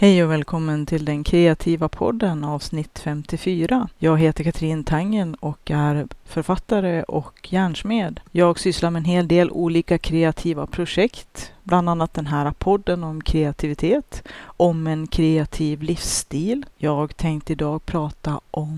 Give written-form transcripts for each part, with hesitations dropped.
Hej och välkommen till den kreativa podden avsnitt 54. Jag heter Katrin Tangen och är författare och hjärnsmed. Jag sysslar med en hel del olika kreativa projekt, bland annat den här podden om kreativitet, om en kreativ livsstil. Jag tänkte idag prata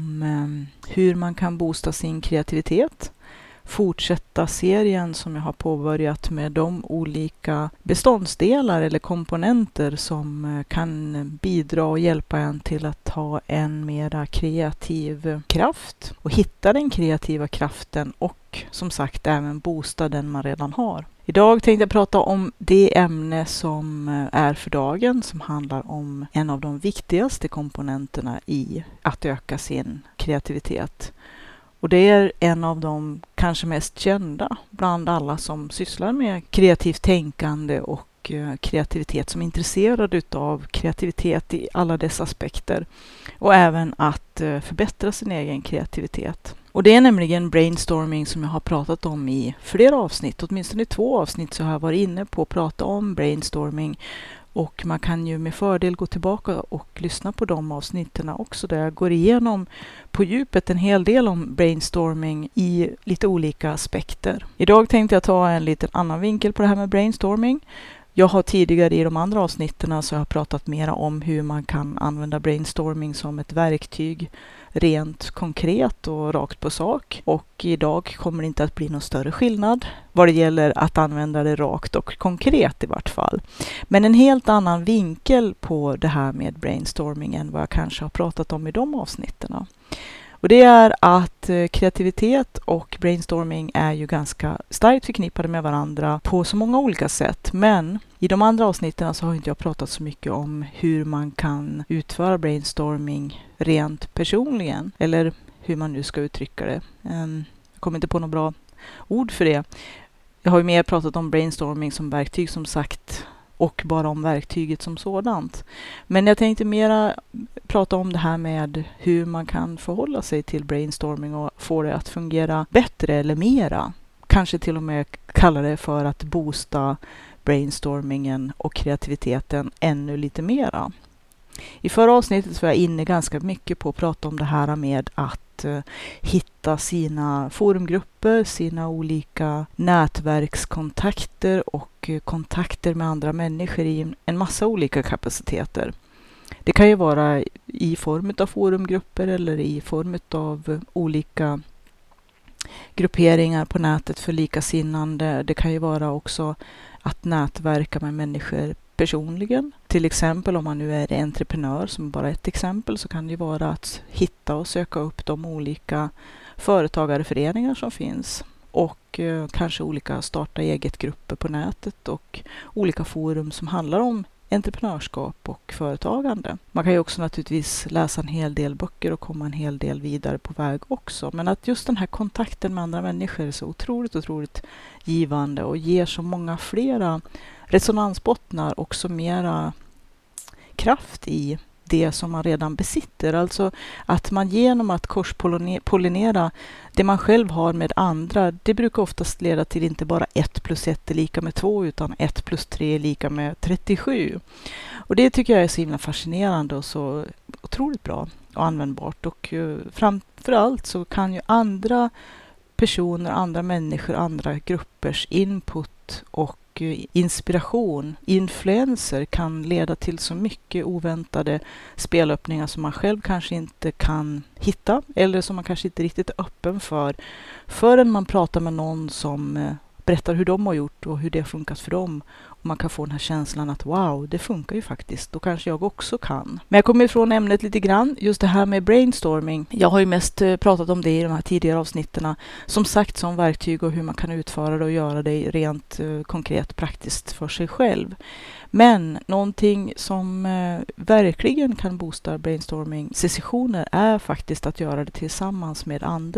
om hur man kan boosta sin kreativitet. Fortsätta serien som jag har påbörjat med de olika beståndsdelar eller komponenter som kan bidra och hjälpa en till att ha en mera kreativ kraft och hitta den kreativa kraften och som sagt även boosta den man redan har. Idag tänkte jag prata om det ämne som är för dagen som handlar om en av de viktigaste komponenterna i att öka sin kreativitet. Och det är en av de kanske mest kända bland alla som sysslar med kreativt tänkande och kreativitet, som är intresserade av kreativitet i alla dess aspekter. Och även att förbättra sin egen kreativitet. Och det är nämligen brainstorming som jag har pratat om i flera avsnitt. Åtminstone i 2 avsnitt så har jag varit inne på att prata om brainstorming. Och man kan ju med fördel gå tillbaka och lyssna på de avsnitten också, där jag går igenom på djupet en hel del om brainstorming i lite olika aspekter. Idag tänkte jag ta en liten annan vinkel på det här med brainstorming. Jag har tidigare i de andra avsnitten så har jag pratat mer om hur man kan använda brainstorming som ett verktyg rent konkret och rakt på sak. Och idag kommer det inte att bli någon större skillnad vad det gäller att använda det rakt och konkret i vart fall. Men en helt annan vinkel på det här med brainstorming än vad jag kanske har pratat om i de avsnitten. Och det är att kreativitet och brainstorming är ju ganska starkt förknippade med varandra på så många olika sätt. Men i de andra avsnitten så har inte jag pratat så mycket om hur man kan utföra brainstorming rent personligen. Eller hur man nu ska uttrycka det. Jag kommer inte på något bra ord för det. Jag har ju mer pratat om brainstorming som verktyg som sagt. Och bara om verktyget som sådant. Men jag tänkte mera prata om det här med hur man kan förhålla sig till brainstorming och få det att fungera bättre eller mera. Kanske till och med kalla det för att boosta brainstormingen och kreativiteten ännu lite mera. I förra avsnittet var jag inne ganska mycket på att prata om det här med att hitta sina forumgrupper, sina olika nätverkskontakter och kontakter med andra människor i en massa olika kapaciteter. Det kan ju vara i form av forumgrupper eller i form av olika grupperingar på nätet för likasinnande. Det kan ju vara också att nätverka med människor personligen. Till exempel om man nu är entreprenör, som bara ett exempel, så kan det vara att hitta och söka upp de olika företagarföreningar som finns. Och kanske olika starta eget-grupper på nätet och olika forum som handlar om entreprenörskap och företagande. Man kan ju också naturligtvis läsa en hel del böcker och komma en hel del vidare på väg också. Men att just den här kontakten med andra människor är så otroligt givande och ger så många flera resonansbottnar och så mera kraft i det som man redan besitter. Alltså att man genom att korspollinera det man själv har med andra, det brukar oftast leda till inte bara 1 + 1 är lika med 2 utan 1 + 3 är lika med 37. Och det tycker jag är så himla fascinerande och så otroligt bra och användbart. Och framförallt så kan ju andra personer, andra människor, andra gruppers input och inspiration, influenser kan leda till så mycket oväntade spelöppningar som man själv kanske inte kan hitta eller som man kanske inte riktigt är öppen för förrän man pratar med någon som berättar hur de har gjort och hur det har funkat för dem. Och man kan få den här känslan att wow, det funkar ju faktiskt. Då kanske jag också kan. Men jag kommer ifrån ämnet lite grann. Just det här med brainstorming. Jag har ju mest pratat om det i de här tidigare avsnitten. Som sagt, som verktyg och hur man kan utföra det och göra det rent konkret praktiskt för sig själv. Men någonting som verkligen kan boosta brainstorming-sessioner är faktiskt att göra det tillsammans med andra.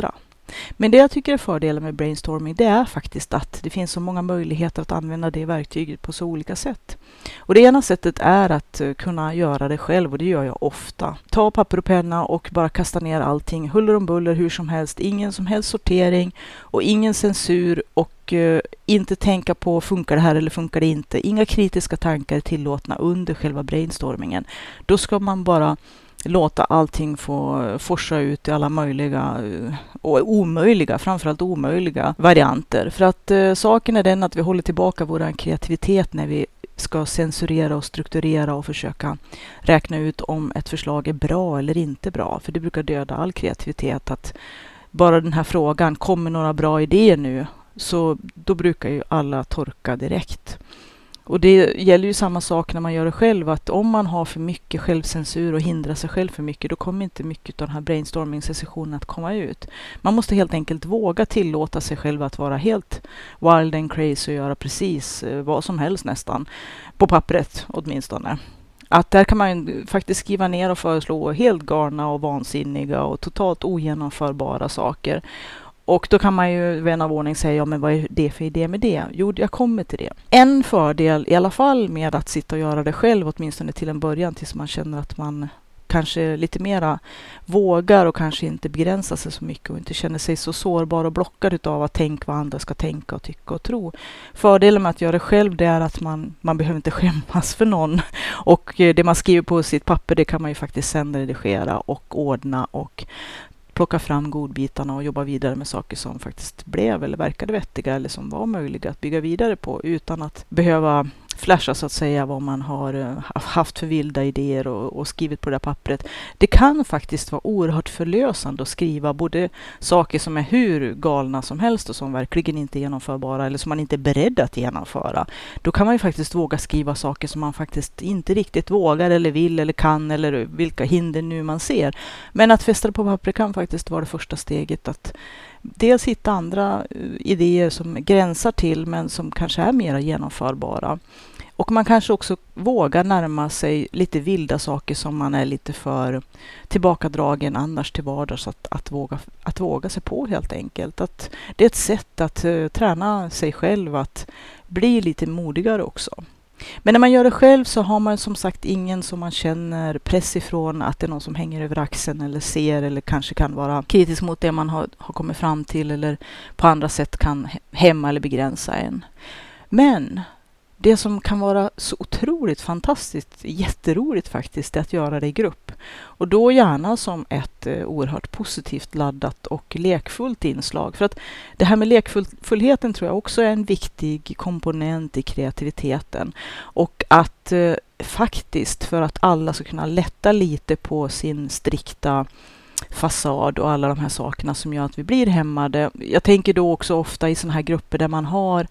Men det jag tycker är fördelen med brainstorming, det är faktiskt att det finns så många möjligheter att använda det verktyget på så olika sätt. Och det ena sättet är att kunna göra det själv, och det gör jag ofta. Ta papper och penna och bara kasta ner allting, huller om buller, hur som helst. Ingen som helst sortering och ingen censur, och inte tänka på funkar det här eller funkar det inte. Inga kritiska tankar är tillåtna under själva brainstormingen. Då ska man bara låta allting få forsa ut i alla möjliga och omöjliga, framförallt omöjliga varianter. För att saken är den att vi håller tillbaka vår kreativitet när vi ska censurera och strukturera och försöka räkna ut om ett förslag är bra eller inte bra. För det brukar döda all kreativitet, att bara den här frågan, kommer några bra idéer nu? Så då brukar ju alla torka direkt. Och det gäller ju samma sak när man gör det själv, att om man har för mycket självcensur och hindrar sig själv för mycket, då kommer inte mycket av den här brainstorming-sessionen att komma ut. Man måste helt enkelt våga tillåta sig själv att vara helt wild and crazy och göra precis vad som helst nästan, på pappret åtminstone. Att där kan man ju faktiskt skriva ner och föreslå helt galna och vansinniga och totalt ogenomförbara saker. Och då kan man ju vän av ordning säga, ja men vad är det för idé med det? Jo, jag kommer till det. En fördel i alla fall med att sitta och göra det själv, åtminstone till en början, tills man känner att man kanske lite mera vågar och kanske inte begränsar sig så mycket och inte känner sig så sårbar och blockad utav att tänka vad andra ska tänka och tycka och tro. Fördelen med att göra det själv, det är att man behöver inte skämmas för någon. Och det man skriver på sitt papper, det kan man ju faktiskt sen redigera och ordna och plocka fram godbitarna och jobba vidare med saker som faktiskt blev eller verkade vettiga eller som var möjliga att bygga vidare på utan att behöva flasha så att säga vad man har haft för vilda idéer och skrivit på det där pappret. Det kan faktiskt vara oerhört förlösande att skriva både saker som är hur galna som helst och som verkligen inte är genomförbara eller som man inte är beredd att genomföra. Då kan man ju faktiskt våga skriva saker som man faktiskt inte riktigt vågar eller vill eller kan eller vilka hinder nu man ser. Men att fästa det på pappret kan faktiskt vara det första steget, att dels hitta andra idéer som gränsar till men som kanske är mer genomförbara. Och man kanske också vågar närma sig lite vilda saker som man är lite för tillbakadragen annars till vardags, att våga sig på helt enkelt. Att det är ett sätt att träna sig själv att bli lite modigare också. Men när man gör det själv så har man som sagt ingen som man känner press ifrån, att det är någon som hänger över axeln eller ser eller kanske kan vara kritisk mot det man har kommit fram till eller på andra sätt kan hämma eller begränsa en. Men det som kan vara så otroligt fantastiskt, jätteroligt faktiskt, är att göra det i grupp. Och då gärna som ett oerhört positivt laddat och lekfullt inslag. För att det här med lekfullheten tror jag också är en viktig komponent i kreativiteten. Och att faktiskt för att alla ska kunna lätta lite på sin strikta fasad och alla de här sakerna som gör att vi blir hämmade. Jag tänker då också ofta i såna här grupper där man har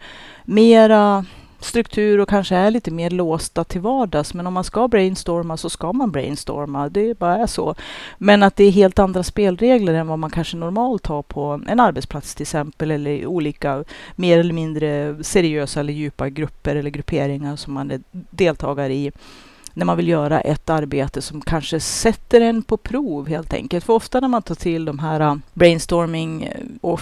mera struktur och kanske är lite mer låsta till vardags. Men om man ska brainstorma så ska man brainstorma. Det bara är så. Men att det är helt andra spelregler än vad man kanske normalt har på en arbetsplats till exempel. Eller i olika mer eller mindre seriösa eller djupa grupper eller grupperingar som man är deltagare i. När man vill göra ett arbete som kanske sätter en på prov helt enkelt. För ofta när man tar till de här brainstorming och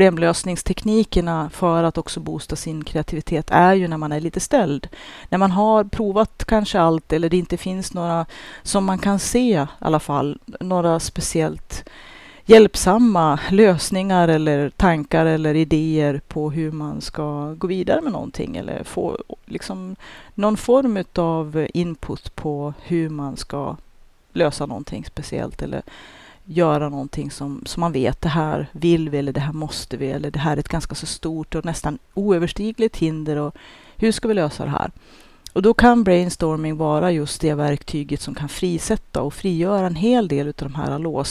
problemlösningsteknikerna för att också boosta sin kreativitet är ju när man är lite ställd. När man har provat kanske allt eller det inte finns några som man kan se i alla fall, några speciellt hjälpsamma lösningar eller tankar eller idéer på hur man ska gå vidare med någonting eller få liksom någon form av input på hur man ska lösa någonting speciellt eller göra någonting som man vet, det här vill vi eller det här måste vi eller det här är ett ganska så stort och nästan oöverstigligt hinder och hur ska vi lösa det här? Och då kan brainstorming vara just det verktyget som kan frisätta och frigöra en hel del av de här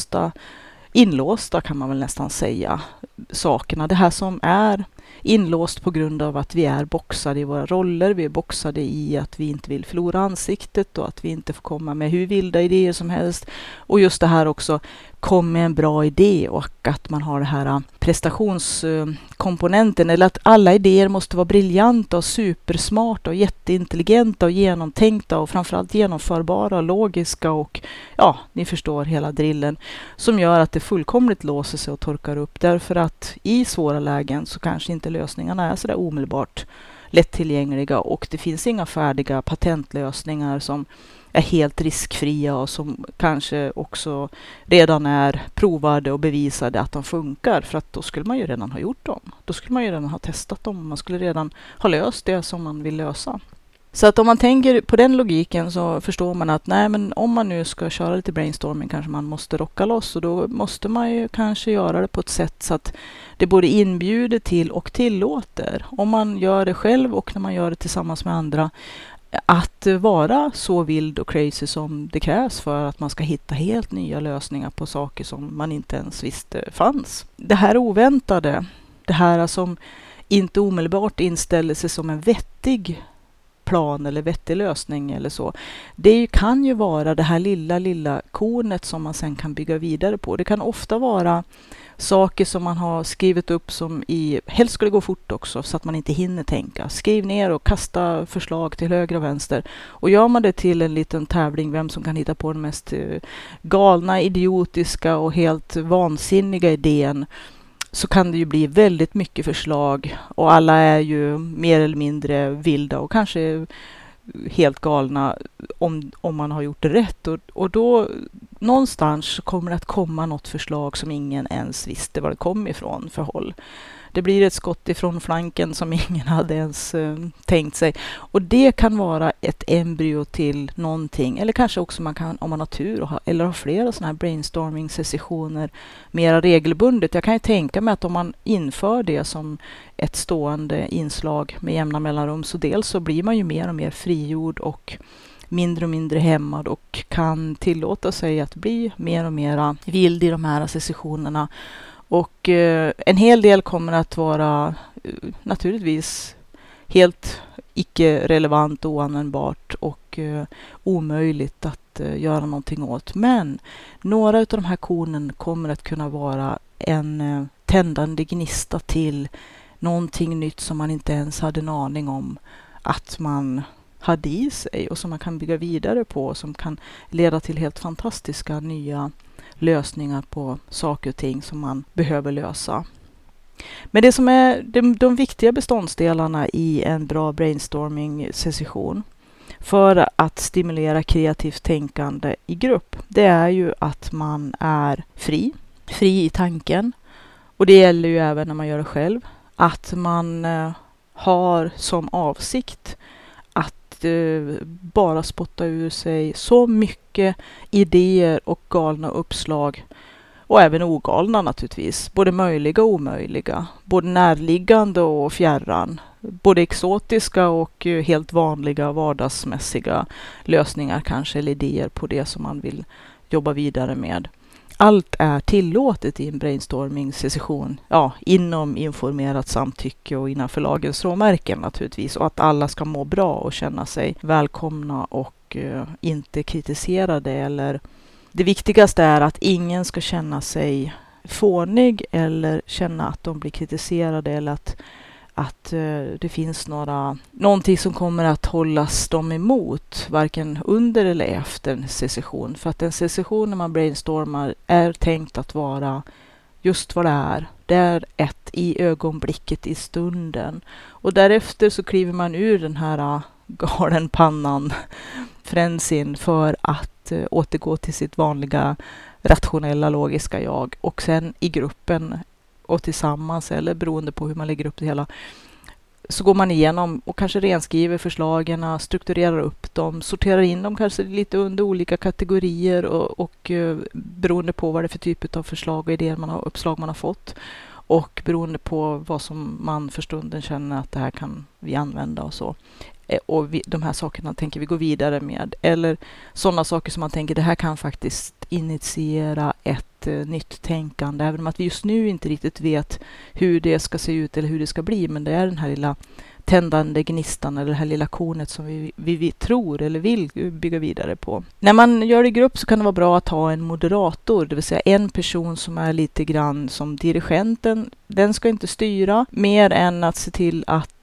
inlåsta kan man väl nästan säga sakerna. Det här som är inlåst på grund av att vi är boxade i våra roller. Vi är boxade i att vi inte vill förlora ansiktet och att vi inte får komma med hur vilda idéer som helst. Och just det här också, kom med en bra idé och att man har det här komponenten, eller att alla idéer måste vara briljanta och supersmarta och jätteintelligenta och genomtänkta och framförallt genomförbara och logiska och ja, ni förstår hela drillen, som gör att det fullkomligt låser sig och torkar upp. Därför att i svåra lägen så kanske inte lösningarna är så där omedelbart lättillgängliga och det finns inga färdiga patentlösningar som är helt riskfria och som kanske också redan är provade och bevisade att de funkar. För att då skulle man ju redan ha gjort dem. Då skulle man ju redan ha testat dem. Man skulle redan ha löst det som man vill lösa. Så att om man tänker på den logiken så förstår man att nej, men om man nu ska köra lite brainstorming kanske man måste rocka loss och då måste man ju kanske göra det på ett sätt så att det både inbjuder till och tillåter. Om man gör det själv och när man gör det tillsammans med andra, att vara så vild och crazy som det krävs för att man ska hitta helt nya lösningar på saker som man inte ens visste fanns. Det här oväntade, det här som inte omedelbart inställer sig som en vettig plan eller vettig lösning eller så. Det kan ju vara det här lilla kornet som man sen kan bygga vidare på. Det kan ofta vara saker som man har skrivit upp som helst skulle gå fort också så att man inte hinner tänka. Skriv ner och kasta förslag till höger och vänster. Och gör man det till en liten tävling vem som kan hitta på den mest galna, idiotiska och helt vansinniga idén, så kan det ju bli väldigt mycket förslag och alla är ju mer eller mindre vilda och kanske helt galna om man har gjort det rätt. Och då någonstans kommer det att komma något förslag som ingen ens visste var det kom ifrån för håll. Det blir ett skott ifrån flanken som ingen hade ens tänkt sig. Och det kan vara ett embryo till någonting. Eller kanske också man kan, om man har tur, eller har flera sådana här brainstorming-sessioner mera regelbundet. Jag kan ju tänka mig att om man inför det som ett stående inslag med jämna mellanrum, så dels så blir man ju mer och mer frigjord och mindre hämmad och kan tillåta sig att bli mer och mer vild i de här sessionerna. Och en hel del kommer att vara naturligtvis helt icke-relevant, oanvändbart och omöjligt att göra någonting åt. Men några av de här kornen kommer att kunna vara en tändande gnista till någonting nytt som man inte ens hade en aning om att man hade i sig och som man kan bygga vidare på, som kan leda till helt fantastiska nya lösningar på saker och ting som man behöver lösa. Men det som är de viktiga beståndsdelarna i en bra brainstorming-session för att stimulera kreativt tänkande i grupp, det är ju att man är fri i tanken. Och det gäller ju även när man gör det själv. Att man har som avsikt att bara spotta ur sig så mycket idéer och galna uppslag, och även ogalna naturligtvis, både möjliga och omöjliga, både närliggande och fjärran, både exotiska och helt vanliga vardagsmässiga lösningar kanske, eller idéer på det som man vill jobba vidare med. Allt är tillåtet i en brainstorming-session, inom informerat samtycke och innanför lagens råmärken naturligtvis, och att alla ska må bra och känna sig välkomna och inte kritiserade. Eller det viktigaste är att ingen ska känna sig fånig eller känna att de blir kritiserade, eller att det finns någonting som kommer att hållas dem emot, varken under eller efter en session. För att en session när man brainstormar är tänkt att vara just vad det är. Det är ett i ögonblicket, i stunden. Och därefter så kliver man ur den här galenpannan, fränsin, för att återgå till sitt vanliga rationella, logiska jag. Och sen i gruppen och tillsammans, eller beroende på hur man lägger upp det hela, så går man igenom och kanske renskriver förslagen, strukturerar upp dem, sorterar in dem kanske lite under olika kategorier och beroende på vad det är för typ av förslag och idéer uppslag man har fått, och beroende på vad som man för stunden känner att det här kan vi använda och så. Och de här sakerna tänker vi gå vidare med. Eller sådana saker som man tänker, det här kan faktiskt initiera ett nytt tänkande. Även om att vi just nu inte riktigt vet hur det ska se ut eller hur det ska bli. Men det är den här lilla tändande gnistan eller det här lilla kornet som vi tror eller vill bygga vidare på. När man gör det i grupp så kan det vara bra att ha en moderator, det vill säga en person som är lite grann som dirigenten. Den ska inte styra mer än att se till att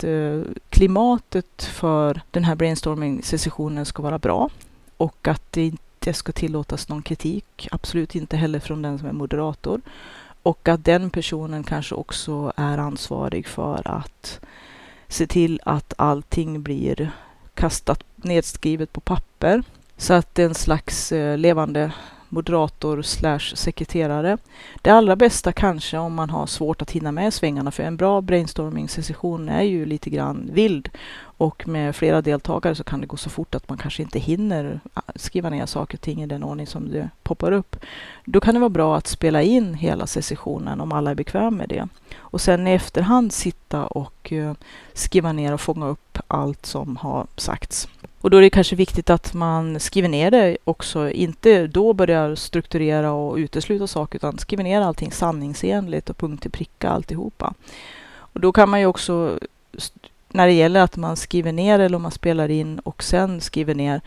klimatet för den här brainstorming-sessionen ska vara bra och att det inte ska tillåtas någon kritik, absolut inte heller från den som är moderator. Och att den personen kanske också är ansvarig för att se till att allting blir kastat, nedskrivet på papper. Så att det är en slags levande moderator / sekreterare. Det allra bästa kanske om man har svårt att hinna med svängarna, för en bra brainstorming-session är ju lite grann vild. Och med flera deltagare så kan det gå så fort att man kanske inte hinner skriva ner saker och ting i den ordning som det poppar upp. Då kan det vara bra att spela in hela sessionen om alla är bekväm med det. Och sen i efterhand sitta och skriva ner och fånga upp allt som har sagts. Och då är det kanske viktigt att man skriver ner det också, inte då börjar strukturera och utesluta saker, utan skriver ner allting sanningsenligt och punkt till pricka alltihopa. Och då kan man ju också, när det gäller att man skriver ner eller om man spelar in och sen skriver ner,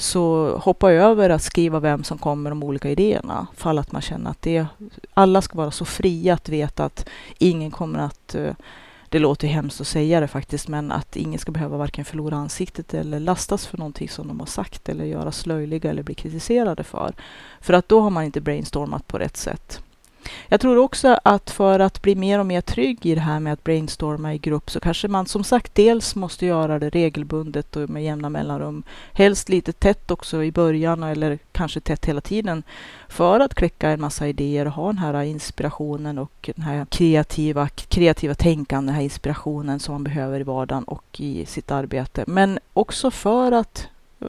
så hoppa över att skriva vem som kommer de olika idéerna. Fall att man känner att alla ska vara så fria att veta att ingen kommer att, det låter hemskt att säga det faktiskt, men att ingen ska behöva varken förlora ansiktet eller lastas för någonting som de har sagt eller göras löjliga eller bli kritiserade för. För att då har man inte brainstormat på rätt sätt. Jag tror också att för att bli mer och mer trygg i det här med att brainstorma i grupp så kanske man som sagt dels måste göra det regelbundet och med jämna mellanrum. Helst lite tätt också i början eller kanske tätt hela tiden för att kläcka en massa idéer och ha den här inspirationen och den här kreativa tänkande, den här inspirationen som man behöver i vardagen och i sitt arbete. Men också för att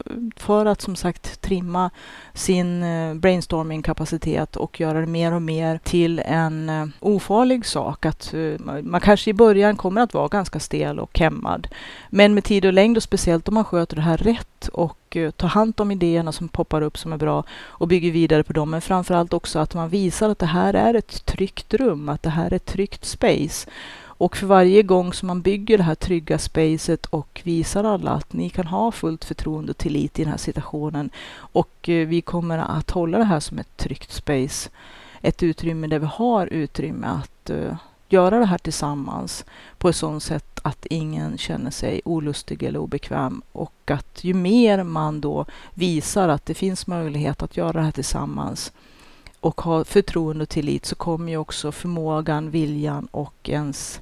som sagt trimma sin brainstorming-kapacitet och göra det mer och mer till en ofarlig sak. Att man kanske i början kommer att vara ganska stel och hämmad. Men med tid och längd och speciellt om man sköter det här rätt och tar hand om idéerna som poppar upp som är bra och bygger vidare på dem. Men framförallt också att man visar att det här är ett tryggt rum, att det här är ett tryggt space. Och för varje gång som man bygger det här trygga spacet och visar alla att ni kan ha fullt förtroende och tillit i den här situationen och vi kommer att hålla det här som ett tryggt space, ett utrymme där vi har utrymme att göra det här tillsammans på ett sådant sätt att ingen känner sig olustig eller obekväm, och att ju mer man då visar att det finns möjlighet att göra det här tillsammans och ha förtroende och tillit, så kommer ju också förmågan, viljan och ens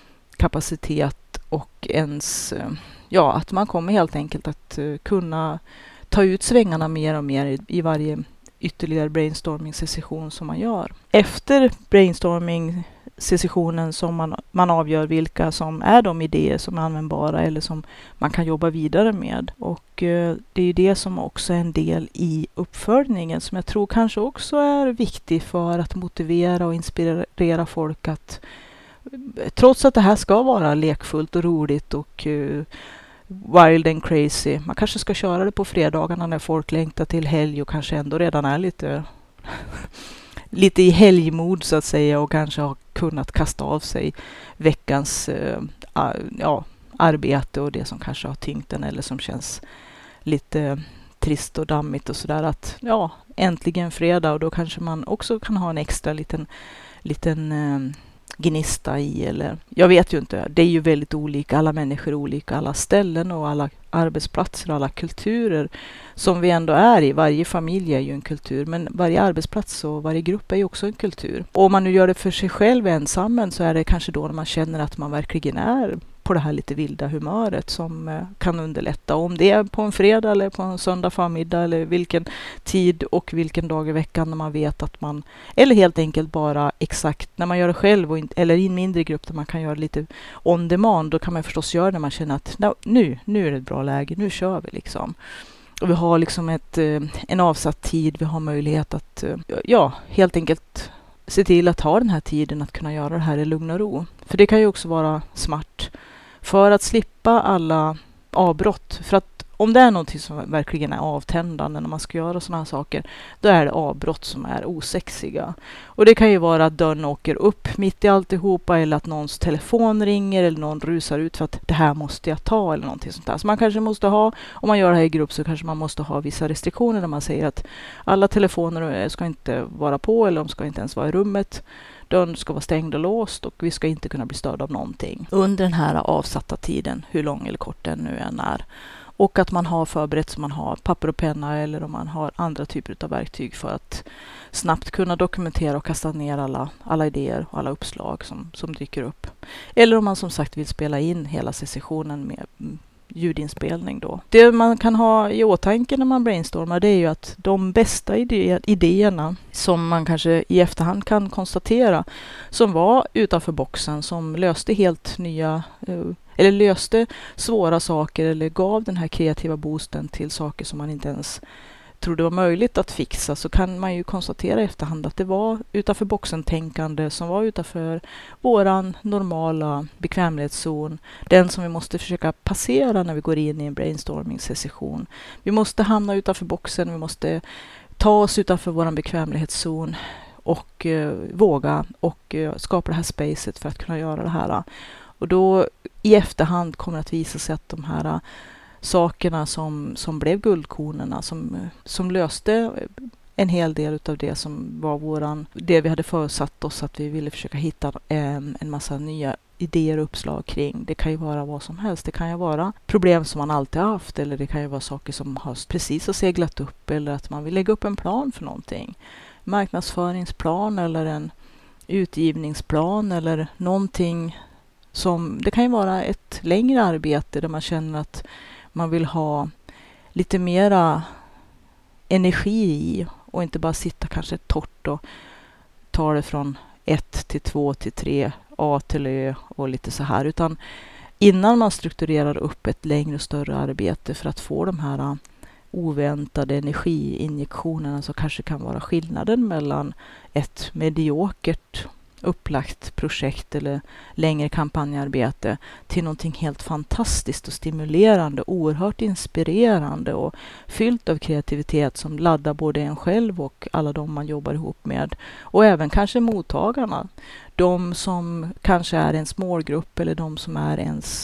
kapacitet och ens, att man kommer helt enkelt att kunna ta ut svängarna mer och mer i varje ytterligare brainstorming-session som man gör. Efter brainstorming-sessionen som man avgör vilka som är de idéer som är användbara eller som man kan jobba vidare med. Och det är ju det som också är en del i uppföljningen som jag tror kanske också är viktig för att motivera och inspirera folk att trots att det här ska vara lekfullt och roligt och wild and crazy. Man kanske ska köra det på fredagarna när folk längtar till helg och kanske ändå redan är lite i helgmod så att säga och kanske har kunnat kasta av sig veckans arbete och det som kanske har tyngt den eller som känns lite trist och dammigt och sådär, att äntligen fredag, och då kanske man också kan ha en extra liten gnista i, eller jag vet ju inte, det är ju väldigt olika, alla människor är olika, alla ställen och alla arbetsplatser och alla kulturer som vi ändå är i. Varje familj är ju en kultur, men varje arbetsplats och varje grupp är ju också en kultur. Och om man nu gör det för sig själv ensam, så är det kanske då när man känner att man verkligen är på det här lite vilda humöret som kan underlätta. Om det är på en fredag eller på en söndag förmiddag eller vilken tid och vilken dag i veckan när man vet att man, eller helt enkelt bara exakt när man gör det själv eller i en mindre grupp där man kan göra lite on demand, då kan man förstås göra när man känner att nu är det ett bra läge, nu kör vi liksom. Och vi har liksom en avsatt tid, vi har möjlighet att helt enkelt se till att ha den här tiden att kunna göra det här i lugn och ro. För det kan ju också vara smart för att slippa alla avbrott. För att om det är någonting som verkligen är avtändande när man ska göra sådana här saker, då är det avbrott som är osexiga. Och det kan ju vara att dörren åker upp mitt i alltihopa, eller att någons telefon ringer, eller någon rusar ut för att det här måste jag ta, eller någonting sånt där. Så man kanske måste ha, om man gör det här i grupp, så kanske man måste ha vissa restriktioner där man säger att alla telefoner ska inte vara på, eller de ska inte ens vara i rummet. Dörren ska vara stängd och låst, och vi ska inte kunna bli störda av någonting under den här avsatta tiden, hur lång eller kort den nu än är. Och att man har förberett, så man har papper och penna, eller om man har andra typer av verktyg för att snabbt kunna dokumentera och kasta ner alla idéer och alla uppslag som dyker upp. Eller om man som sagt vill spela in hela sessionen med ljudinspelning då. Det man kan ha i åtanke när man brainstormar, det är ju att de bästa idéerna som man kanske i efterhand kan konstatera som var utanför boxen, som löste helt nya eller löste svåra saker, eller gav den här kreativa boosten till saker som man inte ens trodde var möjligt att fixa, så kan man ju konstatera i efterhand att det var utanför boxen-tänkande som var utanför våran normala bekvämlighetszon. Den som vi måste försöka passera när vi går in i en brainstorming-session. Vi måste hamna utanför boxen, vi måste ta oss utanför våran bekvämlighetszon och våga och skapa det här spacet för att kunna göra det här. Och då i efterhand kommer det att visa sig att de här sakerna som blev guldkornen, som löste en hel del av det som var det vi hade förutsatt oss att vi ville försöka hitta en massa nya idéer och uppslag kring. Det kan ju vara vad som helst. Det kan ju vara problem som man alltid haft, eller det kan ju vara saker som precis har seglat upp, eller att man vill lägga upp en plan för någonting. Marknadsföringsplan eller en utgivningsplan eller någonting det kan ju vara ett längre arbete där man känner att man vill ha lite mera energi i, och inte bara sitta kanske torrt och ta det från 1 till 2 till 3, A till Ö och lite så här, utan innan man strukturerar upp ett längre och större arbete för att få de här oväntade energiinjektionerna, så kanske kan vara skillnaden mellan ett mediokert upplagt projekt eller längre kampanjarbete till någonting helt fantastiskt och stimulerande, oerhört inspirerande och fyllt av kreativitet som laddar både en själv och alla de man jobbar ihop med, och även kanske mottagarna. De som kanske är ens målgrupp, eller de som är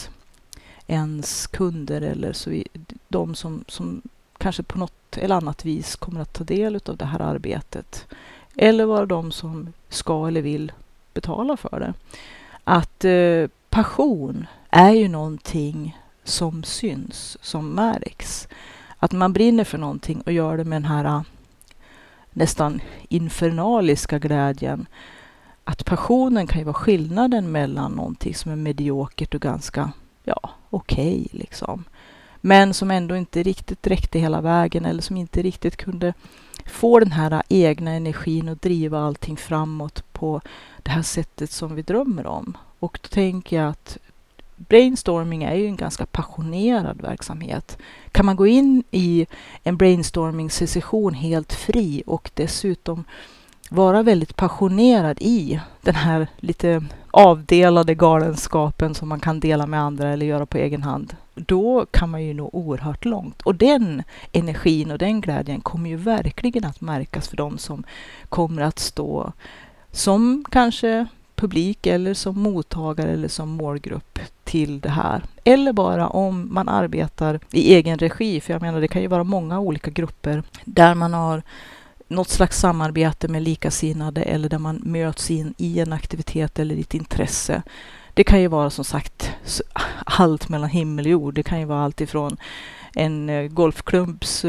ens kunder, eller så de som kanske på något eller annat vis kommer att ta del av det här arbetet, eller vara de som ska eller vill betala för det. Att passion är ju någonting som syns, som märks. Att man brinner för någonting och gör det med den här nästan infernaliska glädjen. Att passionen kan ju vara skillnaden mellan någonting som är mediokert och ganska okej liksom. Men som ändå inte riktigt räckte hela vägen, eller som inte riktigt kunde få den här egna energin och driva allting framåt på det här sättet som vi drömmer om. Och då tänker jag att brainstorming är ju en ganska passionerad verksamhet. Kan man gå in i en brainstorming-session helt fri och dessutom vara väldigt passionerad i den här lite avdelade galenskapen som man kan dela med andra eller göra på egen hand, då kan man ju nå oerhört långt. Och den energin och den glädjen kommer ju verkligen att märkas för de som kommer att stå som kanske publik eller som mottagare eller som målgrupp till det här. Eller bara om man arbetar i egen regi, för jag menar det kan ju vara många olika grupper där man har något slags samarbete med likasinnade, eller där man möts in i en aktivitet eller ett intresse. Det kan ju vara som sagt allt mellan himmel och jord. Det kan ju vara allt ifrån en golfklubbs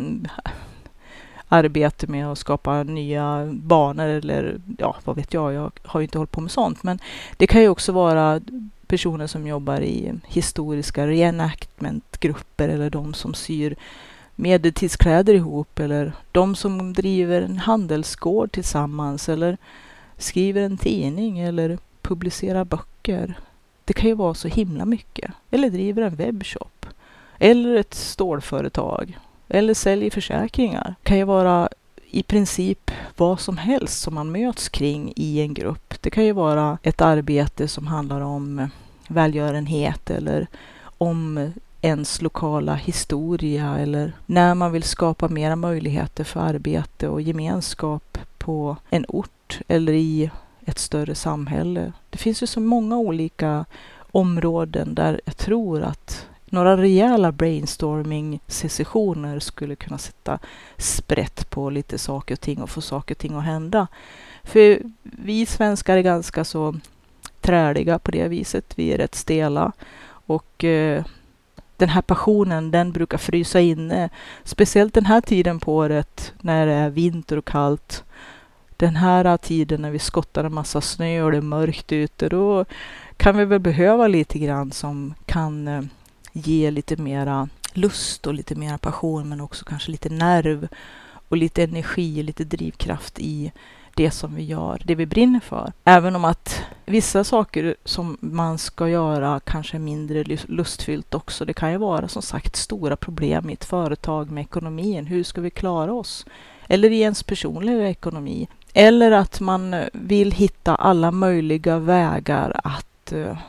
arbete med att skapa nya banor, eller vad vet jag har ju inte hållit på med sånt. Men det kan ju också vara personer som jobbar i historiska reenactment-grupper, eller de som syr medeltidskläder ihop, eller de som driver en handelsgård tillsammans, eller skriver en tidning, eller publicerar böcker. Det kan ju vara så himla mycket. Eller driver en webbshop, eller ett stålföretag, eller säljer försäkringar. Det kan ju vara i princip vad som helst som man möts kring i en grupp. Det kan ju vara ett arbete som handlar om välgörenhet, eller om ens lokala historia eller när man vill skapa mera möjligheter för arbete och gemenskap på en ort eller i ett större samhälle. Det finns ju så många olika områden där jag tror att några rejäla brainstorming-sessioner skulle kunna sätta sprätt på lite saker och ting och få saker och ting att hända. För vi svenskar är ganska så träliga på det viset. Vi är rätt stela och den här passionen, den brukar frysa inne. Speciellt den här tiden på året när det är vinter och kallt. Den här tiden när vi skottar en massa snö och det är mörkt ute, då kan vi väl behöva lite grann som kan ge lite mera lust och lite mera passion, men också kanske lite nerv och lite energi, lite drivkraft i det som vi gör, det vi brinner för. Även om att vissa saker som man ska göra kanske är mindre lustfyllt också. Det kan ju vara som sagt stora problem i ett företag med ekonomin. Hur ska vi klara oss? Eller i ens personliga ekonomi. Eller att man vill hitta alla möjliga vägar att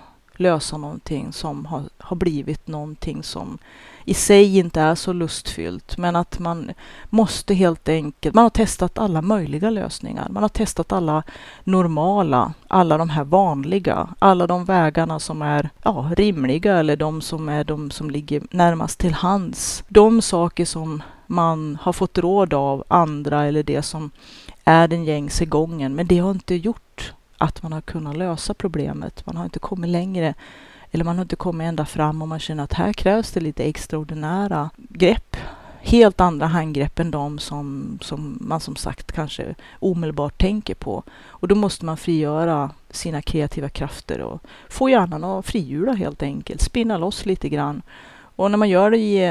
lösa någonting som har blivit någonting som i sig inte är så lustfyllt, men att man måste helt enkelt, man har testat alla möjliga lösningar, man har testat alla normala, alla de här vanliga, alla de vägarna som är rimliga eller de som ligger närmast till hands. De saker som man har fått råd av andra eller det som är den gängse gången, men det har inte gjort att man har kunnat lösa problemet. Man har inte kommit längre eller man har inte kommit ända fram och man känner att här krävs det lite extraordinära grepp. Helt andra handgrepp än de som man som sagt kanske omedelbart tänker på. Och då måste man frigöra sina kreativa krafter och få hjärnan att frihjula helt enkelt. Spinna loss lite grann. Och när man gör det i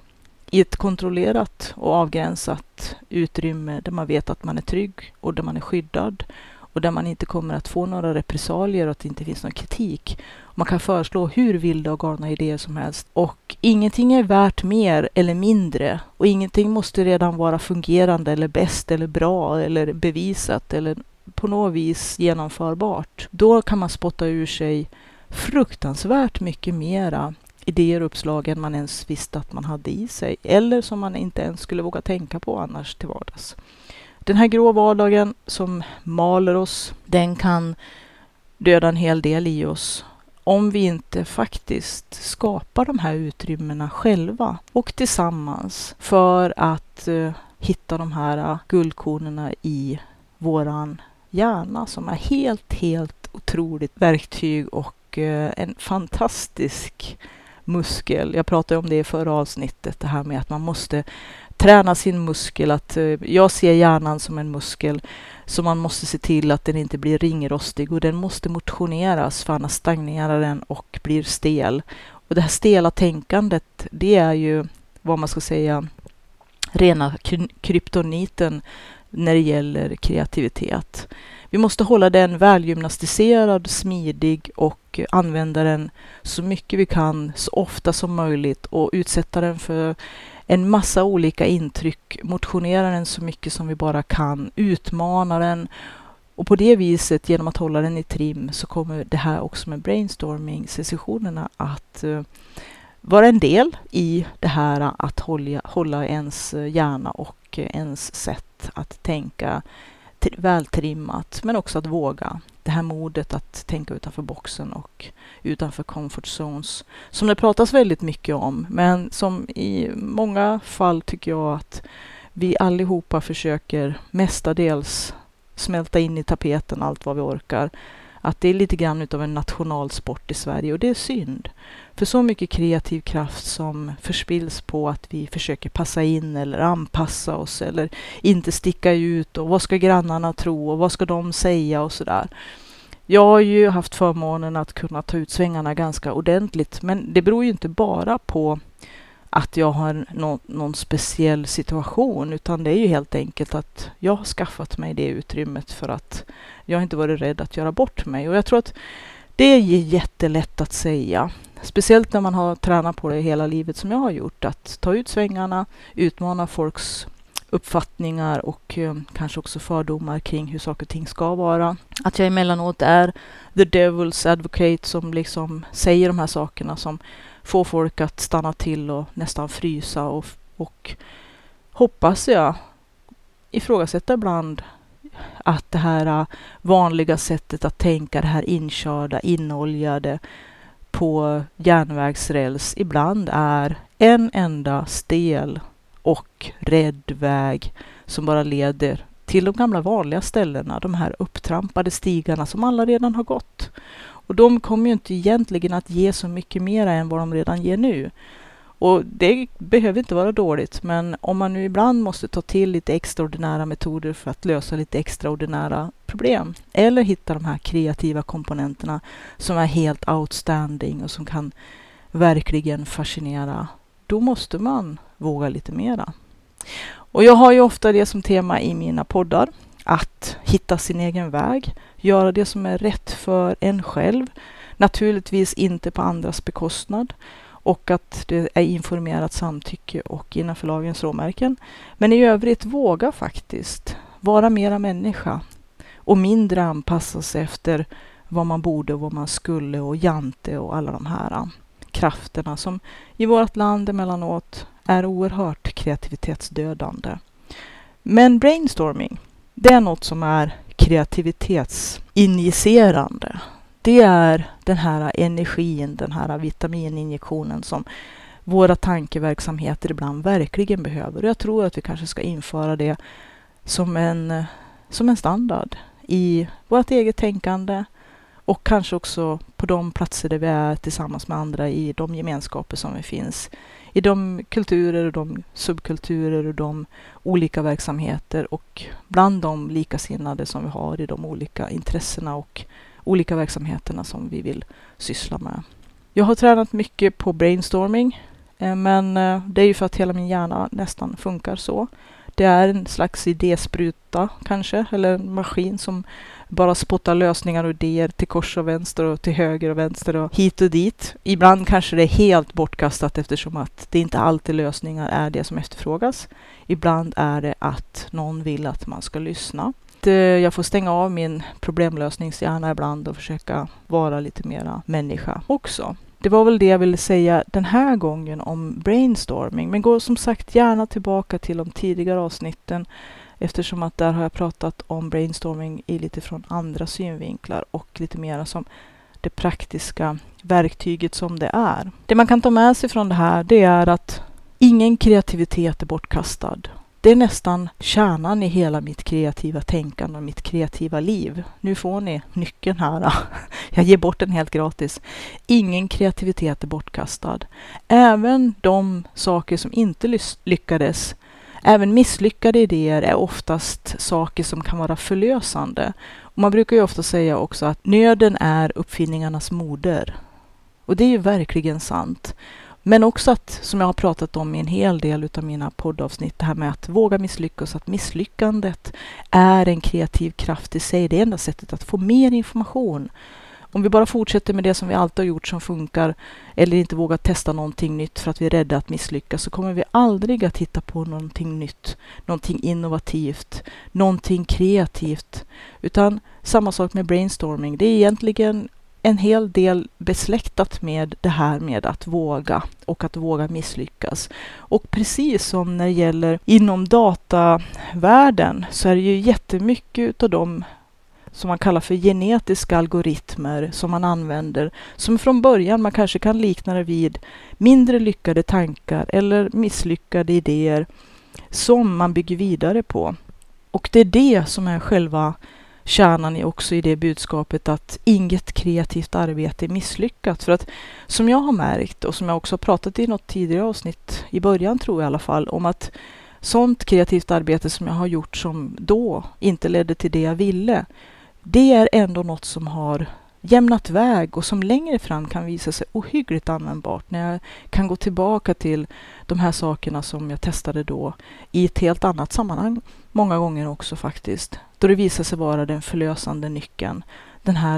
ett kontrollerat och avgränsat utrymme där man vet att man är trygg och där man är skyddad och där man inte kommer att få några repressalier och att det inte finns någon kritik. Man kan föreslå hur vilda och galna idéer som helst. Och ingenting är värt mer eller mindre. Och ingenting måste redan vara fungerande eller bäst eller bra eller bevisat eller på något vis genomförbart. Då kan man spotta ur sig fruktansvärt mycket mera idéer och uppslag än man ens visste att man hade i sig. Eller som man inte ens skulle våga tänka på annars till vardags. Den här grå vardagen som maler oss, den kan döda en hel del i oss om vi inte faktiskt skapar de här utrymmena själva och tillsammans för att hitta de här guldkornen i våran hjärna som är helt otroligt verktyg och en fantastisk muskel. Jag pratade om det i förra avsnittet, det här med att man måste träna sin muskel. Att jag ser hjärnan som en muskel så man måste se till att den inte blir ringrostig och den måste motioneras för annars stagnerar den och blir stel. Och det här stela tänkandet, det är ju vad man ska säga rena kryptoniten när det gäller kreativitet. Vi måste hålla den välgymnastiserad, smidig och använda den så mycket vi kan, så ofta som möjligt och utsätta den för en massa olika intryck, motionera den så mycket som vi bara kan, utmana den och på det viset genom att hålla den i trim så kommer det här också med brainstorming-sessionerna att vara en del i det här att hålla ens hjärna och ens sätt att tänka vältrimmat, men också att våga. Det här modet att tänka utanför boxen och utanför comfort zones som det pratas väldigt mycket om, men som i många fall tycker jag att vi allihopa försöker mestadels smälta in i tapeten allt vad vi orkar. Att det är lite grann utav en nationalsport i Sverige och det är synd. För så mycket kreativ kraft som förspills på att vi försöker passa in eller anpassa oss eller inte sticka ut och vad ska grannarna tro och vad ska de säga och sådär. Jag har ju haft förmånen att kunna ta ut svängarna ganska ordentligt, men det beror ju inte bara på att jag har någon speciell situation, utan det är ju helt enkelt att jag har skaffat mig det utrymmet för att jag inte varit rädd att göra bort mig. Och jag tror att det är jättelätt att säga, speciellt när man har tränat på det hela livet som jag har gjort, att ta ut svängarna, utmana folks uppfattningar och kanske också fördomar kring hur saker och ting ska vara. Att jag emellanåt är the devil's advocate som liksom säger de här sakerna som få folk att stanna till och nästan frysa och hoppas jag ifrågasätta ibland att det här vanliga sättet att tänka, det här inkörda, inoljade på järnvägsräls ibland är en enda stel och rädd väg som bara leder till de gamla vanliga ställena, de här upptrampade stigarna som alla redan har gått. Och de kommer ju inte egentligen att ge så mycket mer än vad de redan ger nu. Och det behöver inte vara dåligt, men om man nu ibland måste ta till lite extraordinära metoder för att lösa lite extraordinära problem eller hitta de här kreativa komponenterna som är helt outstanding och som kan verkligen fascinera, då måste man våga lite mera. Och jag har ju ofta det som tema i mina poddar, att hitta sin egen väg, göra det som är rätt för en själv, naturligtvis inte på andras bekostnad, och att det är informerat samtycke och innanför lagens råmärken. Men i övrigt våga faktiskt vara mera människa och mindre anpassa sig efter vad man borde och vad man skulle och jante och alla de här krafterna som i vårt land emellanåt är oerhört kreativitetsdödande. Men brainstorming, det är något som är kreativitetsinjicerande. Det är den här energin, den här vitamininjektionen som våra tankeverksamheter ibland verkligen behöver. Och jag tror att vi kanske ska införa det som en standard i vårt eget tänkande och kanske också på de platser där vi är tillsammans med andra, i de gemenskaper som vi finns, i de kulturer och de subkulturer och de olika verksamheter och bland de likasinnade som vi har i de olika intressena och olika verksamheterna som vi vill syssla med. Jag har tränat mycket på brainstorming, men det är ju för att hela min hjärna nästan funkar så. Det är en slags idéspruta kanske, eller en maskin som bara spottar lösningar och idéer till kors och vänster och till höger och vänster och hit och dit. Ibland kanske det är helt bortkastat eftersom att det inte alltid lösningar är det som efterfrågas. Ibland är det att någon vill att man ska lyssna. Jag får stänga av min problemlösningshjärna ibland och försöka vara lite mera människa också. Det var väl det jag ville säga den här gången om brainstorming. Men gå som sagt gärna tillbaka till de tidigare avsnitten eftersom att där har jag pratat om brainstorming i lite från andra synvinklar och lite mera som det praktiska verktyget som det är. Det man kan ta med sig från det här, det är att ingen kreativitet är bortkastad. Det är nästan kärnan i hela mitt kreativa tänkande och mitt kreativa liv. Nu får ni nyckeln här. Jag ger bort den helt gratis. Ingen kreativitet är bortkastad. Även de saker som inte lyckades, även misslyckade idéer är oftast saker som kan vara förlösande. Och man brukar ju ofta säga också att nöden är uppfinningarnas moder. Och det är ju verkligen sant. Men också att, som jag har pratat om i en hel del av mina poddavsnitt, det här med att våga misslyckas, att misslyckandet är en kreativ kraft i sig. Det är enda sättet att få mer information. Om vi bara fortsätter med det som vi alltid har gjort som funkar eller inte vågar testa någonting nytt för att vi är rädda att misslyckas, så kommer vi aldrig att hitta på någonting nytt, någonting innovativt, någonting kreativt. Utan samma sak med brainstorming. Det är egentligen en hel del besläktat med det här med att våga och att våga misslyckas. Och precis som när det gäller inom datavärlden så är det ju jättemycket av de som man kallar för genetiska algoritmer som man använder, som från början man kanske kan likna det vid mindre lyckade tankar eller misslyckade idéer som man bygger vidare på. Och det är det som är själva kärnan är också i det budskapet att inget kreativt arbete är misslyckat. För att som jag har märkt och som jag också har pratat i något tidigare avsnitt i början tror jag i alla fall, om att sånt kreativt arbete som jag har gjort som då inte ledde till det jag ville, det är ändå något som har jämnat väg och som längre fram kan visa sig ohyggligt användbart när jag kan gå tillbaka till de här sakerna som jag testade då i ett helt annat sammanhang. Många gånger också faktiskt. Då det visar sig vara den förlösande nyckeln. Den här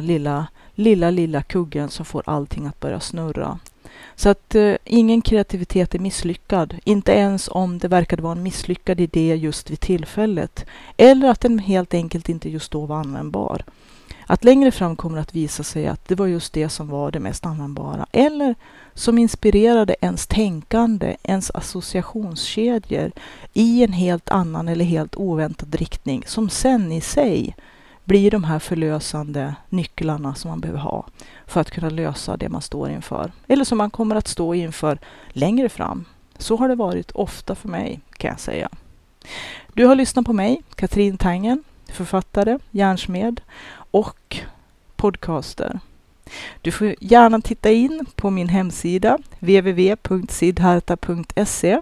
lilla kuggen som får allting att börja snurra. Så att ingen kreativitet är misslyckad. Inte ens om det verkade vara en misslyckad idé just vid tillfället. Eller att den helt enkelt inte just då var användbar. Att längre fram kommer att visa sig att det var just det som var det mest användbara. Eller som inspirerade ens tänkande, ens associationskedjor i en helt annan eller helt oväntad riktning. Som sen i sig blir de här förlösande nycklarna som man behöver ha för att kunna lösa det man står inför. Eller som man kommer att stå inför längre fram. Så har det varit ofta för mig, kan jag säga. Du har lyssnat på mig, Katrin Tangen, författare, hjärnsmed och podcaster. Du får gärna titta in på min hemsida www.siddharta.se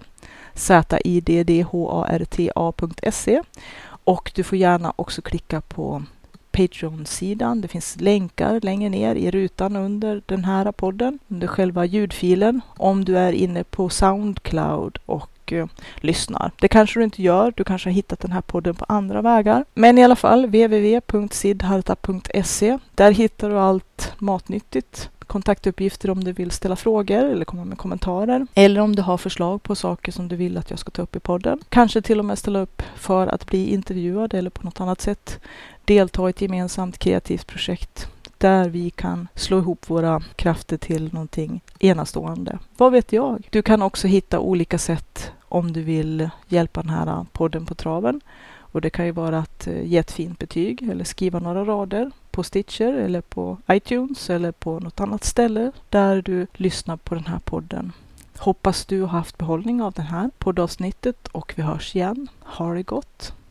ziddharta.se och du får gärna också klicka på Patreon-sidan. Det finns länkar längre ner i rutan under den här podden, under själva ljudfilen, om du är inne på Soundcloud och lyssnar. Det kanske du inte gör. Du kanske har hittat den här podden på andra vägar. Men i alla fall www.siddharta.se. Där hittar du allt matnyttigt. Kontaktuppgifter om du vill ställa frågor eller komma med kommentarer. Eller om du har förslag på saker som du vill att jag ska ta upp i podden. Kanske till och med ställa upp för att bli intervjuad eller på något annat sätt delta i ett gemensamt kreativt projekt där vi kan slå ihop våra krafter till någonting enastående. Vad vet jag? Du kan också hitta olika sätt om du vill hjälpa den här podden på traven. Och det kan ju vara att ge ett fint betyg eller skriva några rader på Stitcher eller på iTunes eller på något annat ställe där du lyssnar på den här podden. Hoppas du har haft behållning av det här poddavsnittet och vi hörs igen. Ha det gott!